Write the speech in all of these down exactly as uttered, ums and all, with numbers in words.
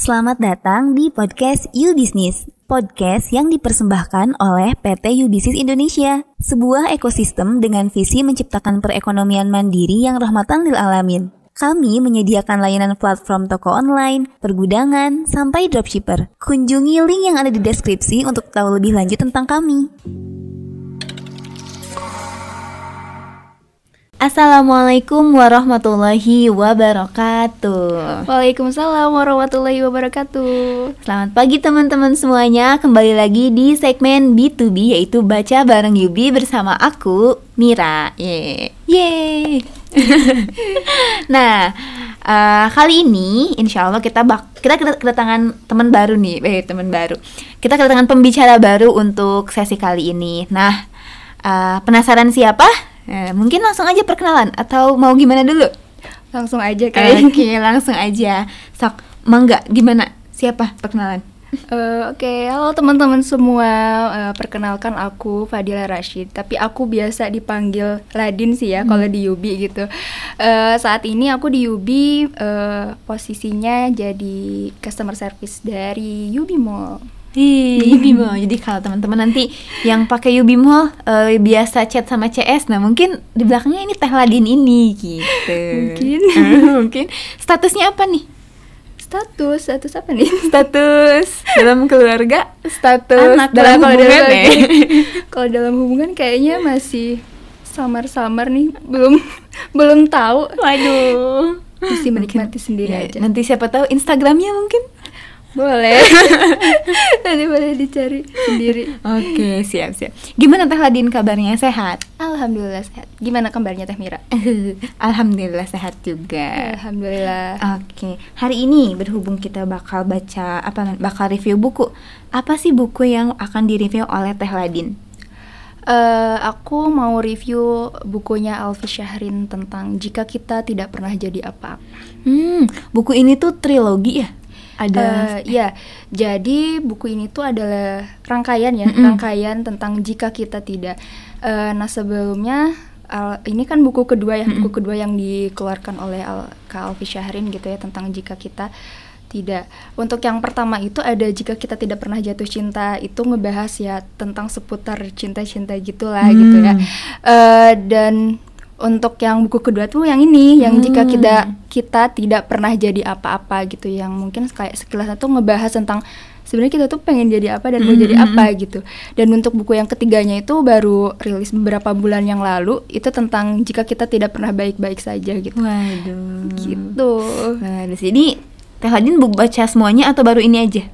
Selamat datang di podcast You Business, podcast yang dipersembahkan oleh P T You Business Indonesia, sebuah ekosistem dengan visi menciptakan perekonomian mandiri yang rahmatan lil alamin. Kami menyediakan layanan platform toko online, pergudangan, sampai dropshipper. Kunjungi link yang ada di deskripsi untuk tahu lebih lanjut tentang kami. Assalamualaikum warahmatullahi wabarakatuh. Waalaikumsalam warahmatullahi wabarakatuh. Selamat pagi teman-teman semuanya. Kembali lagi di segmen B to B, yaitu Baca Bareng Yubi bersama aku, Mira. Yeay. Yeay. Nah, uh, kali ini insya Allah kita bak kita kedatangan teman baru nih, eh teman baru. Kita kedatangan pembicara baru untuk sesi kali ini. Nah, uh, penasaran siapa? Eh, mungkin langsung aja perkenalan atau mau gimana dulu? Langsung aja kayaknya. Oke, okay, langsung aja. Sok, mangga gimana? Siapa perkenalan? Uh, Oke, okay. Halo teman-teman semua. Uh, perkenalkan aku Fadila Rashid. Tapi aku biasa dipanggil Ladin sih ya, hmm. kalau di Yubi gitu. Uh, saat ini aku di Yubi, uh, posisinya jadi customer service dari Yubi Mall. Hi, Yubi Mall. Jadi kalau teman-teman nanti yang pakai Yubi Mall uh, biasa chat sama C S, nah mungkin di belakangnya ini Teh Ladin ini gitu. Mungkin. Mungkin. Statusnya apa nih? Status, status apa nih? Status dalam keluarga, status anak dalam kalau hubungan dalam, ya. Kalau dalam hubungan kayaknya masih samar-samar nih, belum belum tahu. Waduh. Mesti menikmati sendiri ya, aja. Nanti siapa tahu Instagramnya mungkin. Boleh. Nanti boleh dicari sendiri. Oke, siap-siap. Gimana Teh Ladin kabarnya, sehat? Alhamdulillah sehat. Gimana kabarnya Teh Mira? Alhamdulillah sehat juga. Alhamdulillah. Oke, hari ini berhubung kita bakal baca apa bakal review buku. Apa sih buku yang akan direview oleh Teh Ladin? Uh, aku mau review bukunya Alfi Syahrin tentang Jika Kita Tidak Pernah Jadi Apa-Apa. Hmm, buku ini tuh trilogi ya? Ada uh, ya, jadi buku ini tuh adalah rangkaian ya, mm-hmm. rangkaian tentang Jika Kita Tidak. Uh, nah sebelumnya al, ini kan buku kedua ya, mm-hmm. buku kedua yang dikeluarkan oleh al, Kak Alfi Syahrin gitu ya, tentang Jika Kita Tidak. Untuk yang pertama itu ada Jika Kita Tidak Pernah Jatuh Cinta, itu ngebahas ya tentang seputar cinta-cinta gitulah mm. gitu ya. Uh, dan untuk yang buku kedua tuh yang ini, yang hmm. jika kita kita tidak pernah jadi apa-apa gitu, yang mungkin kayak sekilas itu ngebahas tentang sebenarnya kita tuh pengen jadi apa dan hmm. mau jadi apa gitu. Dan untuk buku yang ketiganya itu baru rilis beberapa bulan yang lalu, itu tentang Jika Kita Tidak Pernah Baik-Baik Saja gitu. Waduh. Gitu. Nah, di sini Teh Ladin baca semuanya atau baru ini aja?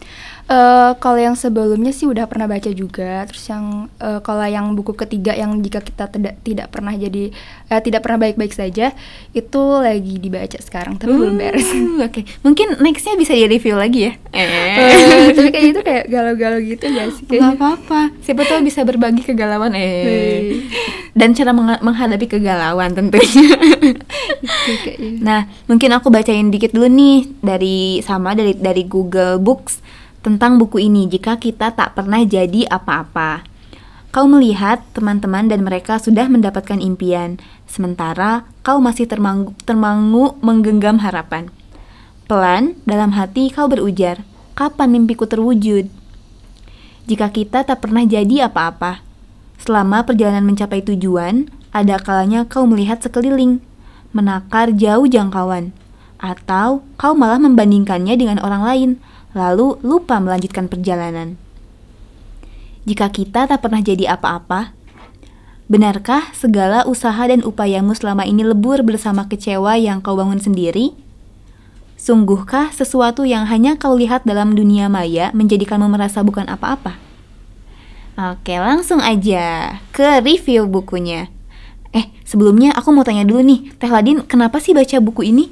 Uh, kalau yang sebelumnya sih udah pernah baca juga. Terus yang uh, kalau yang buku ketiga yang Jika Kita tidak tidak pernah jadi uh, tidak pernah baik-baik saja, itu lagi dibaca sekarang tapi uh, belum beres. Oke, okay. Mungkin nextnya bisa di review lagi ya. Eh. Uh, tapi kayak itu kayak galau-galau gitu ya sih. Gak apa-apa. Siapa tahu bisa berbagi kegalauan. Eh. Hey. Dan cara meng- menghadapi kegalauan tentunya. Itu, nah, mungkin aku bacain dikit dulu nih dari sama dari dari Google Books. Tentang buku ini, Jika Kita Tak Pernah Jadi Apa-Apa. Kau melihat teman-teman dan mereka sudah mendapatkan impian, sementara kau masih termangu, termangu menggenggam harapan. Pelan, dalam hati kau berujar, kapan mimpiku terwujud? Jika kita tak pernah jadi apa-apa. Selama perjalanan mencapai tujuan, ada kalanya kau melihat sekeliling, menakar jauh jangkauan, atau kau malah membandingkannya dengan orang lain, lalu lupa melanjutkan perjalanan. Jika kita tak pernah jadi apa-apa, benarkah segala usaha dan upayamu selama ini lebur bersama kecewa yang kau bangun sendiri? Sungguhkah sesuatu yang hanya kau lihat dalam dunia maya menjadikanmu merasa bukan apa-apa? Oke, langsung aja ke review bukunya. Eh, sebelumnya aku mau tanya dulu nih, Teh Ladin, kenapa sih baca buku ini?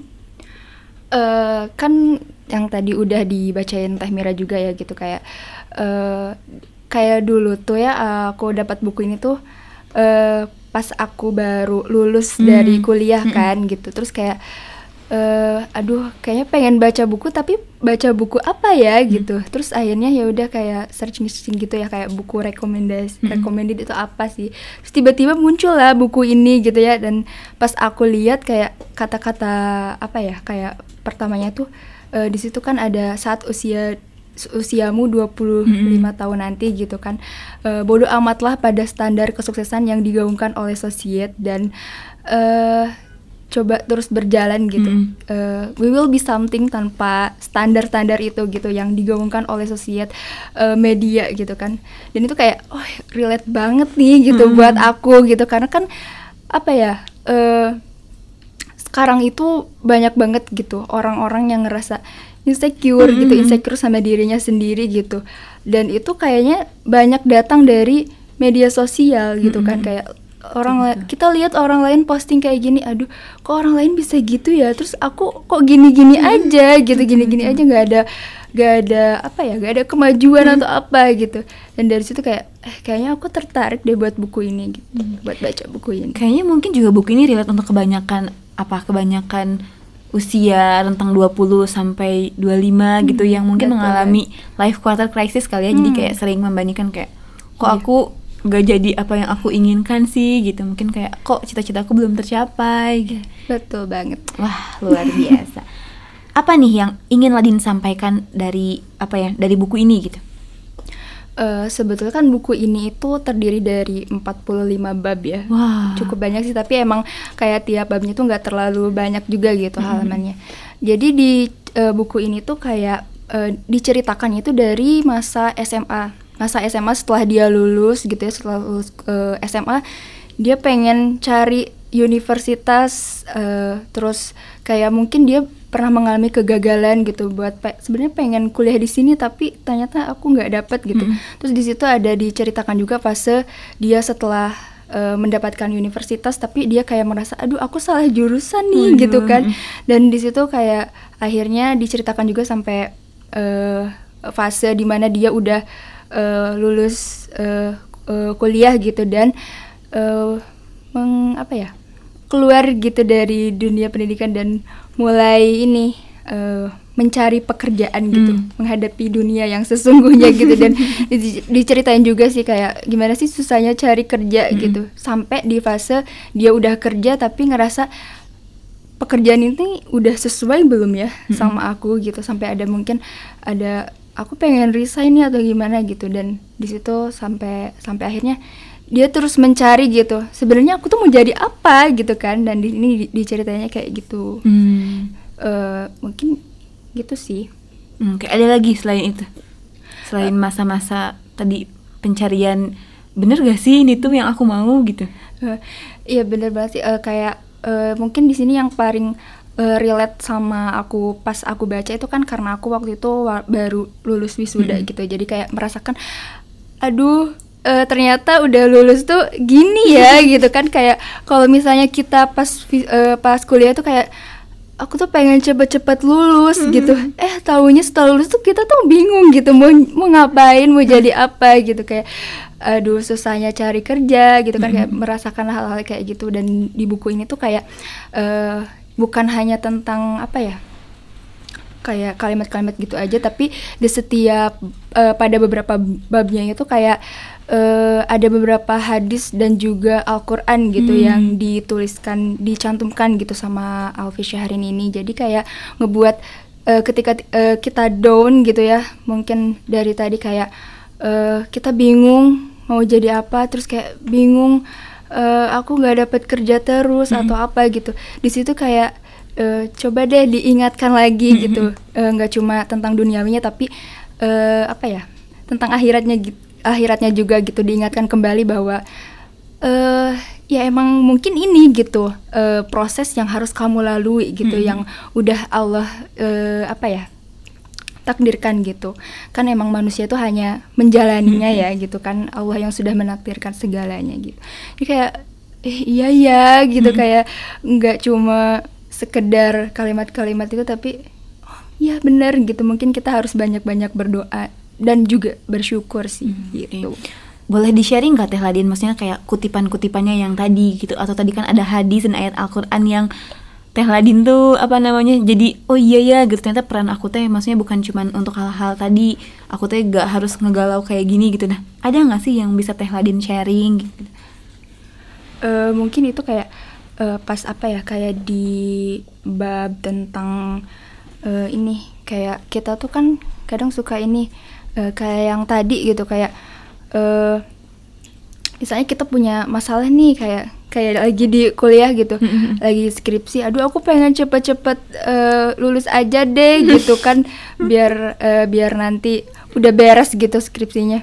Uh, kan yang tadi udah dibacain Teh Mira juga ya gitu, kayak uh, kayak dulu tuh ya uh, aku dapat buku ini tuh uh, pas aku baru lulus hmm. dari kuliah kan hmm. gitu. Terus kayak uh, aduh kayaknya pengen baca buku tapi baca buku apa ya hmm. gitu. Terus akhirnya ya udah kayak searching-searching gitu ya, kayak buku rekomendasi hmm. recommended itu apa sih. Terus tiba-tiba muncul lah buku ini gitu ya, dan pas aku lihat kayak kata-kata apa ya, kayak pertamanya tuh uh, di situ kan ada saat usia usiamu dua puluh lima mm-hmm. tahun nanti gitu kan, uh, bodoh amatlah pada standar kesuksesan yang digaungkan oleh sosiet dan uh, coba terus berjalan gitu. Mm-hmm. uh, we will be something tanpa standar-standar itu gitu yang digaungkan oleh sosiet, uh, media gitu kan. Dan itu kayak oh relate banget nih gitu mm-hmm. buat aku gitu, karena kan apa ya, uh, sekarang itu banyak banget gitu orang-orang yang ngerasa insecure mm-hmm. gitu, insecure sama dirinya sendiri gitu. Dan itu kayaknya banyak datang dari media sosial gitu mm-hmm. kan, kayak orang la- kita lihat orang lain posting kayak gini, aduh kok orang lain bisa gitu ya, terus aku kok gini-gini aja gitu, gini-gini aja, nggak ada nggak ada apa ya, nggak ada kemajuan mm-hmm. atau apa gitu. Dan dari situ kayak eh, kayaknya aku tertarik deh buat buku ini gitu, mm. buat baca buku ini. Kayaknya mungkin juga buku ini relate untuk kebanyakan apa kebanyakan usia rentang dua puluh sampai dua puluh lima hmm, gitu yang mungkin mengalami life quarter crisis kali ya. Hmm. Jadi kayak sering membandingkan kayak kok yeah. aku gak jadi apa yang aku inginkan sih gitu. Mungkin kayak kok cita-citaku belum tercapai gitu. Betul banget. Wah, luar biasa. Apa nih yang ingin Ladin sampaikan dari apa ya, dari buku ini gitu? Uh, sebetulnya kan buku ini itu terdiri dari empat puluh lima bab ya. Wow. Cukup banyak sih, tapi emang kayak tiap babnya tuh gak terlalu banyak juga gitu mm-hmm. halamannya. Jadi di uh, buku ini tuh kayak uh, diceritakannya itu dari masa S M A. Masa S M A setelah dia lulus gitu ya, setelah lulus uh, S M A dia pengen cari universitas, uh, terus kayak mungkin dia pernah mengalami kegagalan gitu buat pe- sebenarnya pengen kuliah di sini tapi ternyata aku nggak dapet gitu. Mm-hmm. Terus di situ ada diceritakan juga fase dia setelah uh, mendapatkan universitas tapi dia kayak merasa aduh aku salah jurusan nih mm-hmm. gitu kan. Dan di situ kayak akhirnya diceritakan juga sampai uh, fase dimana dia udah uh, lulus uh, uh, kuliah gitu dan uh, meng apa ya keluar gitu dari dunia pendidikan dan mulai ini uh, mencari pekerjaan gitu, hmm. menghadapi dunia yang sesungguhnya gitu. Dan di, diceritain juga sih kayak gimana sih susahnya cari kerja hmm. gitu, sampai di fase dia udah kerja tapi ngerasa pekerjaan ini udah sesuai belum ya hmm. sama aku gitu, sampai ada mungkin ada aku pengen resign nih atau gimana gitu. Dan di situ sampai sampai akhirnya dia terus mencari gitu, sebenarnya aku tuh mau jadi apa gitu kan. Dan di ini diceritanya kayak gitu. hmm. uh, mungkin gitu sih. hmm, kayak ada lagi selain itu, selain uh, masa-masa tadi pencarian, bener gak sih ini tuh yang aku mau gitu? uh, iya bener banget sih. uh, kayak uh, mungkin di sini yang paling uh, relate sama aku pas aku baca itu kan karena aku waktu itu wa- baru lulus wisuda hmm. gitu, jadi kayak merasakan aduh Uh, ternyata udah lulus tuh gini ya gitu kan. Kayak kalau misalnya kita pas uh, pas kuliah tuh kayak aku tuh pengen cepet-cepet lulus mm-hmm. gitu, eh taunya setelah lulus tuh kita tuh bingung gitu mau mau ngapain, mau jadi apa gitu. Kayak aduh susahnya cari kerja gitu kan, mm-hmm. kayak merasakan hal-hal kayak gitu. Dan di buku ini tuh kayak uh, bukan hanya tentang apa ya, kayak kalimat-kalimat gitu aja, tapi di setiap uh, pada beberapa babnya itu kayak uh, ada beberapa hadis dan juga Al-Quran gitu hmm. yang dituliskan, dicantumkan gitu sama Alfi Syahrin ini. Jadi kayak ngebuat uh, ketika uh, kita down gitu ya, mungkin dari tadi kayak uh, kita bingung mau jadi apa, terus kayak bingung uh, aku nggak dapat kerja terus hmm. atau apa gitu. Di situ kayak Uh, coba deh diingatkan lagi mm-hmm. gitu, nggak uh, cuma tentang duniawinya tapi uh, apa ya, tentang akhiratnya akhiratnya juga gitu, diingatkan kembali bahwa uh, ya emang mungkin ini gitu uh, proses yang harus kamu lalui gitu, mm-hmm. yang udah Allah uh, apa ya takdirkan gitu kan. Emang manusia tuh hanya menjalaninya mm-hmm. ya gitu kan, Allah yang sudah menakdirkan segalanya gitu. Jadi kayak eh, iya ya gitu, mm-hmm. kayak nggak cuma sekedar kalimat-kalimat itu tapi oh, ya benar gitu. Mungkin kita harus banyak-banyak berdoa dan juga bersyukur sih hmm, gitu. Boleh di-sharing gak Teh Ladin, maksudnya kayak kutipan-kutipannya yang tadi gitu, atau tadi kan ada hadis dan ayat Al-Quran yang Teh Ladin tuh apa namanya jadi oh iya ya gitu, ternyata peran aku teh maksudnya bukan cuman untuk hal-hal tadi, aku teh gak harus ngegalau kayak gini gitu. Nah ada gak sih yang bisa Teh Ladin sharing gitu? Uh, mungkin itu kayak Uh, pas apa ya, kayak di bab tentang uh, ini kayak kita tuh kan kadang suka ini uh, kayak yang tadi gitu, kayak uh, misalnya kita punya masalah nih, kayak kayak lagi di kuliah gitu, mm-hmm. lagi skripsi, aduh aku pengen cepet-cepet uh, lulus aja deh gitu kan, biar uh, biar nanti udah beres gitu skripsinya.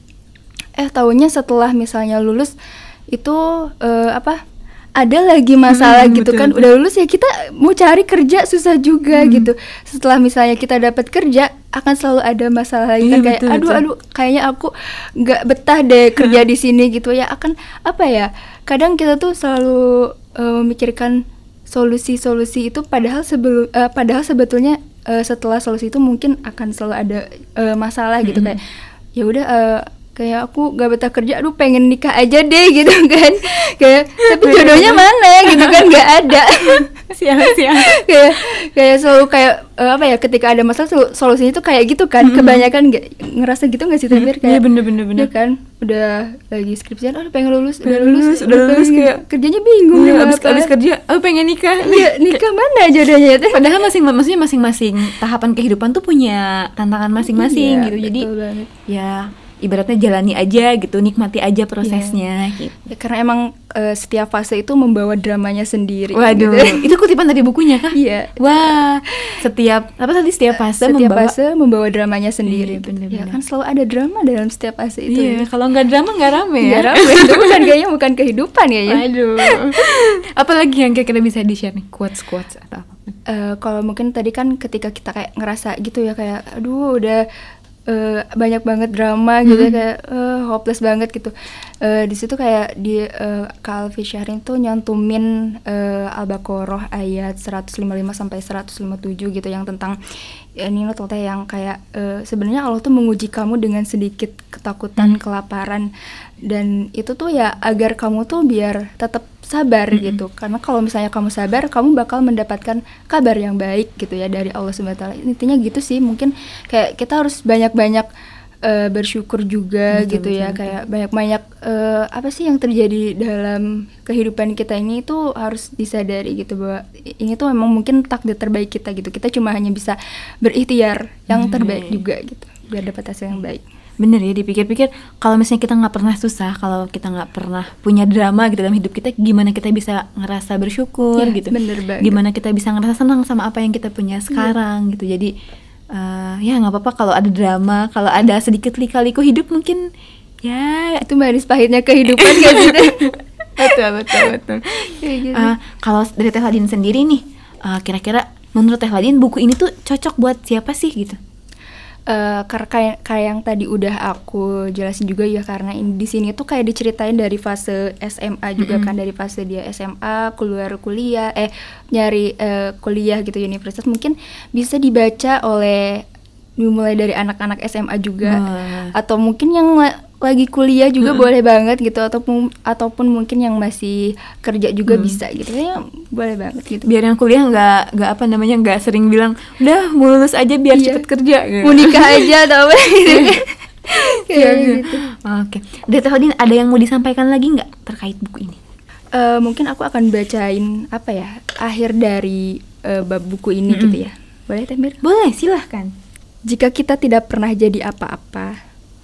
Eh taunya setelah misalnya lulus itu uh, apa ada lagi masalah hmm, gitu betul, kan betul. Udah lulus ya kita mau cari kerja susah juga hmm. gitu. Setelah misalnya kita dapat kerja akan selalu ada masalah lagi kan, kayak betul, aduh betul. aduh kayaknya aku nggak betah deh kerja di sini gitu ya. Akan apa ya, kadang kita tuh selalu uh, memikirkan solusi-solusi itu padahal sebelum uh, padahal sebetulnya uh, setelah solusi itu mungkin akan selalu ada uh, masalah gitu, hmm. kayak ya udah uh, kayak aku gak betah kerja, aduh pengen nikah aja deh gitu kan, kayak tapi jodohnya mana gitu kan, gak ada. Siang-siang kayak kayak selalu kayak uh, apa ya, ketika ada masalah sol- solusinya itu kayak gitu kan, mm-hmm. kebanyakan gak, ngerasa gitu gak sih Tamir, kayak iya bener-bener bener kan udah lagi skripsian, aduh pengen lulus, udah lulus, lulus, udah lulus kayak kerjanya bingung, ya, abis, abis kerja, oh pengen nikah, iya nikah mana jodohnya tuh. Padahal masing maksudnya masing-masing tahapan kehidupan tuh punya tantangan masing-masing iya, gitu, jadi banget. Ya ibaratnya jalani aja gitu, nikmati aja prosesnya yeah. gitu. Ya, karena emang uh, setiap fase itu membawa dramanya sendiri. Waduh, gitu. Itu kutipan dari bukunya kah? Iya. Wah, setiap apa tadi setiap fase setiap membawa fase membawa dramanya sendiri. Iya, bener-bener. Ya kan selalu ada drama dalam setiap fase itu. Iya, kalau nggak drama nggak rame ya. Nggak rame, itu bukan kayaknya bukan kehidupan ya. Aduh. Apalagi yang kira-kira bisa di-share nih, quotes-quotes atau apa? Uh, kalau mungkin tadi kan ketika kita kayak ngerasa gitu ya, kayak aduh udah Uh, banyak banget drama gitu, hmm. kayak uh, hopeless banget gitu. Uh, di situ kayak di uh, Kak Alfi Syahrin tuh nyantumin uh, Al-Baqarah ayat seratus lima puluh lima sampai seratus lima puluh tujuh gitu, yang tentang ya, ini loh teh yang kayak uh, sebenarnya Allah tuh menguji kamu dengan sedikit ketakutan, hmm. kelaparan, dan itu tuh ya agar kamu tuh biar tetap sabar mm-hmm. gitu, karena kalau misalnya kamu sabar kamu bakal mendapatkan kabar yang baik gitu ya dari Allah Subhanahu wa taala. Intinya gitu sih, mungkin kayak kita harus banyak-banyak uh, bersyukur juga betul, gitu betul, ya betul. Kayak banyak-banyak uh, apa sih yang terjadi dalam kehidupan kita ini itu harus disadari gitu, bahwa ini tuh memang mungkin takdir terbaik kita gitu. Kita cuma hanya bisa berikhtiar yang terbaik hmm. juga gitu biar dapat hasil yang baik. Bener ya, dipikir-pikir kalau misalnya kita nggak pernah susah, kalau kita nggak pernah punya drama gitu dalam hidup kita, gimana kita bisa ngerasa bersyukur ya, gitu, bener banget. Gimana kita bisa ngerasa senang sama apa yang kita punya sekarang ya. Gitu. Jadi uh, ya nggak apa-apa kalau ada drama, kalau ada sedikit lika-liku hidup mungkin ya itu manis pahitnya kehidupan kayak gitu. Betul betul betul. Gitu. Uh, kalau dari Teh Ladin sendiri nih, uh, kira-kira menurut Teh Ladin buku ini tuh cocok buat siapa sih gitu? Uh, kayak kayak yang tadi udah aku jelasin juga ya, karena ini di sini tuh kayak diceritain dari fase S M A juga mm-hmm. kan, dari fase dia S M A keluar kuliah eh nyari uh, kuliah gitu universitas, mungkin bisa dibaca oleh mulai dari anak-anak S M A juga hmm. atau mungkin yang la- lagi kuliah juga hmm. boleh banget gitu, ataupun ataupun mungkin yang masih kerja juga hmm. bisa gitu ya, boleh banget gitu. Biar yang kuliah nggak nggak apa namanya nggak sering bilang udah mau lulus aja biar iya. cepet kerja gitu. Mau nikah aja atau apa gitu. Kayak gitu. Oke. Dari Teh Ladin ada yang mau disampaikan lagi nggak terkait buku ini? Uh, mungkin aku akan bacain apa ya akhir dari uh, bab buku ini mm-hmm. gitu ya. Boleh Teh Mir? Boleh, silahkan. Jika kita tidak pernah jadi apa-apa,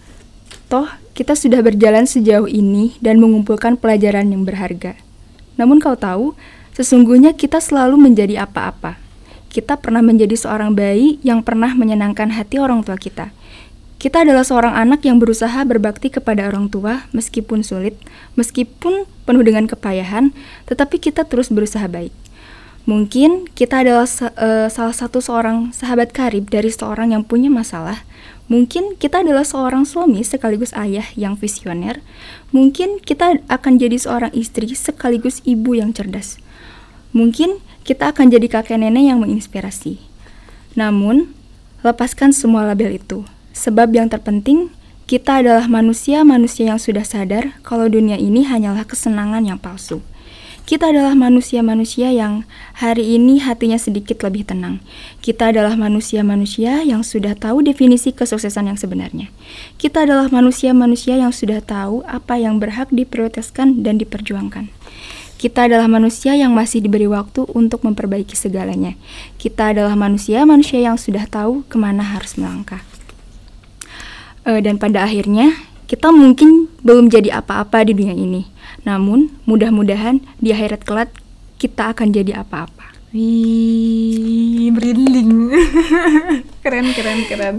toh kita sudah berjalan sejauh ini dan mengumpulkan pelajaran yang berharga. Namun kau tahu, sesungguhnya kita selalu menjadi apa-apa. Kita pernah menjadi seorang bayi yang pernah menyenangkan hati orang tua kita. Kita adalah seorang anak yang berusaha berbakti kepada orang tua meskipun sulit, meskipun penuh dengan kepayahan, tetapi kita terus berusaha baik. Mungkin kita adalah uh, salah satu seorang sahabat karib dari seorang yang punya masalah. Mungkin kita adalah seorang suami sekaligus ayah yang visioner. Mungkin kita akan jadi seorang istri sekaligus ibu yang cerdas. Mungkin kita akan jadi kakek nenek yang menginspirasi. Namun, lepaskan semua label itu. Sebab yang terpenting, kita adalah manusia-manusia yang sudah sadar kalau dunia ini hanyalah kesenangan yang palsu. Kita adalah manusia-manusia yang hari ini hatinya sedikit lebih tenang. Kita adalah manusia-manusia yang sudah tahu definisi kesuksesan yang sebenarnya. Kita adalah manusia-manusia yang sudah tahu apa yang berhak diprioritaskan dan diperjuangkan. Kita adalah manusia yang masih diberi waktu untuk memperbaiki segalanya. Kita adalah manusia, manusia yang sudah tahu kemana harus melangkah. Uh, dan pada akhirnya, kita mungkin belum jadi apa-apa di dunia ini. Namun, mudah-mudahan di akhirat kelak kita akan jadi apa-apa. Wih, merinding. Keren, keren, keren.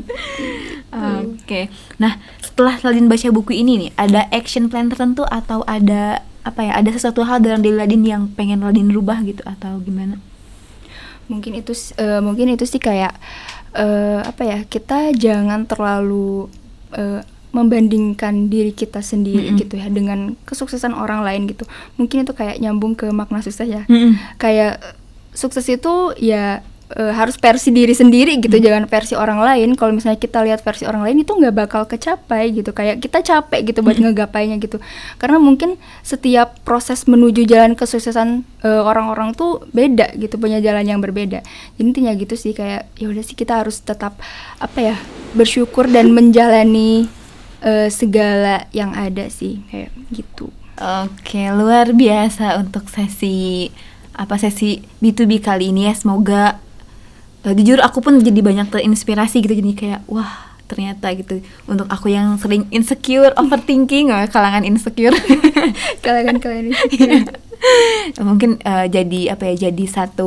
Oke, okay. Nah setelah Ladin baca buku ini nih, ada action plan tertentu atau ada apa ya? Ada sesuatu hal dalam diri Ladin yang pengen Ladin rubah gitu atau gimana? Mungkin itu, uh, mungkin itu sih kayak uh, apa ya? Kita jangan terlalu uh, membandingkan diri kita sendiri mm-hmm. gitu ya dengan kesuksesan orang lain gitu. Mungkin itu kayak nyambung ke makna sukses ya. Mm-hmm. Kayak sukses itu ya e, harus versi diri sendiri gitu, hmm. jangan versi orang lain. Kalau misalnya kita lihat versi orang lain itu nggak bakal kecapai gitu, kayak kita capek gitu buat hmm. ngegapainya gitu. Karena mungkin setiap proses menuju jalan kesuksesan e, orang-orang tuh beda gitu, punya jalan yang berbeda. Jadi intinya gitu sih, kayak ya udah sih kita harus tetap apa ya, bersyukur dan menjalani e, segala yang ada sih, kayak gitu. Oke, luar biasa untuk sesi apa sesi B to B kali ini ya. Semoga uh, jujur aku pun jadi banyak terinspirasi gitu, jadi kayak wah ternyata gitu, untuk aku yang sering insecure, overthinking, oh, kalangan insecure kalangan kalian insecure mungkin uh, jadi apa ya, jadi satu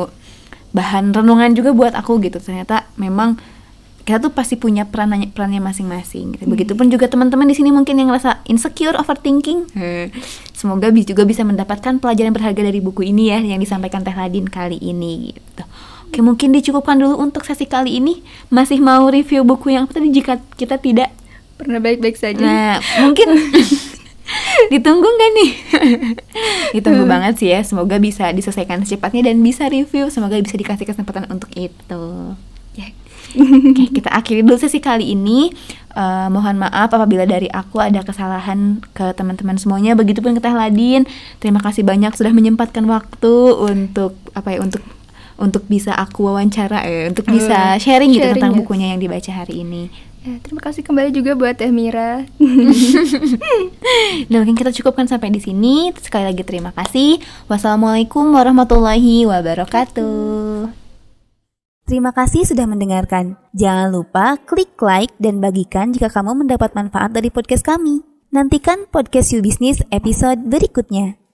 bahan renungan juga buat aku gitu. Ternyata memang kita tuh pasti punya perannya perannya masing-masing gitu. Begitupun juga teman-teman di sini mungkin yang ngerasa insecure, overthinking. Hmm. Semoga juga bisa mendapatkan pelajaran berharga dari buku ini ya, yang disampaikan Teh Ladin kali ini gitu. Oke, mungkin dicukupkan dulu untuk sesi kali ini. Masih mau review buku yang apa tadi, jika kita tidak pernah baik-baik saja? Nah, mungkin ditunggu nggak nih? Ditunggu hmm. banget sih ya. Semoga bisa diselesaikan secepatnya dan bisa review. Semoga bisa dikasih kesempatan untuk itu. Ya. Oke, kita akhiri dulu sesi kali ini. Uh, mohon maaf apabila dari aku ada kesalahan ke teman-teman semuanya. Begitupun ke Teh Ladin. Terima kasih banyak sudah menyempatkan waktu untuk apa ya, untuk untuk bisa aku wawancara ya, untuk bisa sharing, sharing gitu tentang ya. Bukunya yang dibaca hari ini. Ya, terima kasih kembali juga buat Teh Mira. Dan mungkin kita cukupkan sampai di sini. Sekali lagi terima kasih. Wassalamualaikum warahmatullahi wabarakatuh. Terima kasih sudah mendengarkan. Jangan lupa klik like dan bagikan jika kamu mendapat manfaat dari podcast kami. Nantikan podcast You Business episode berikutnya.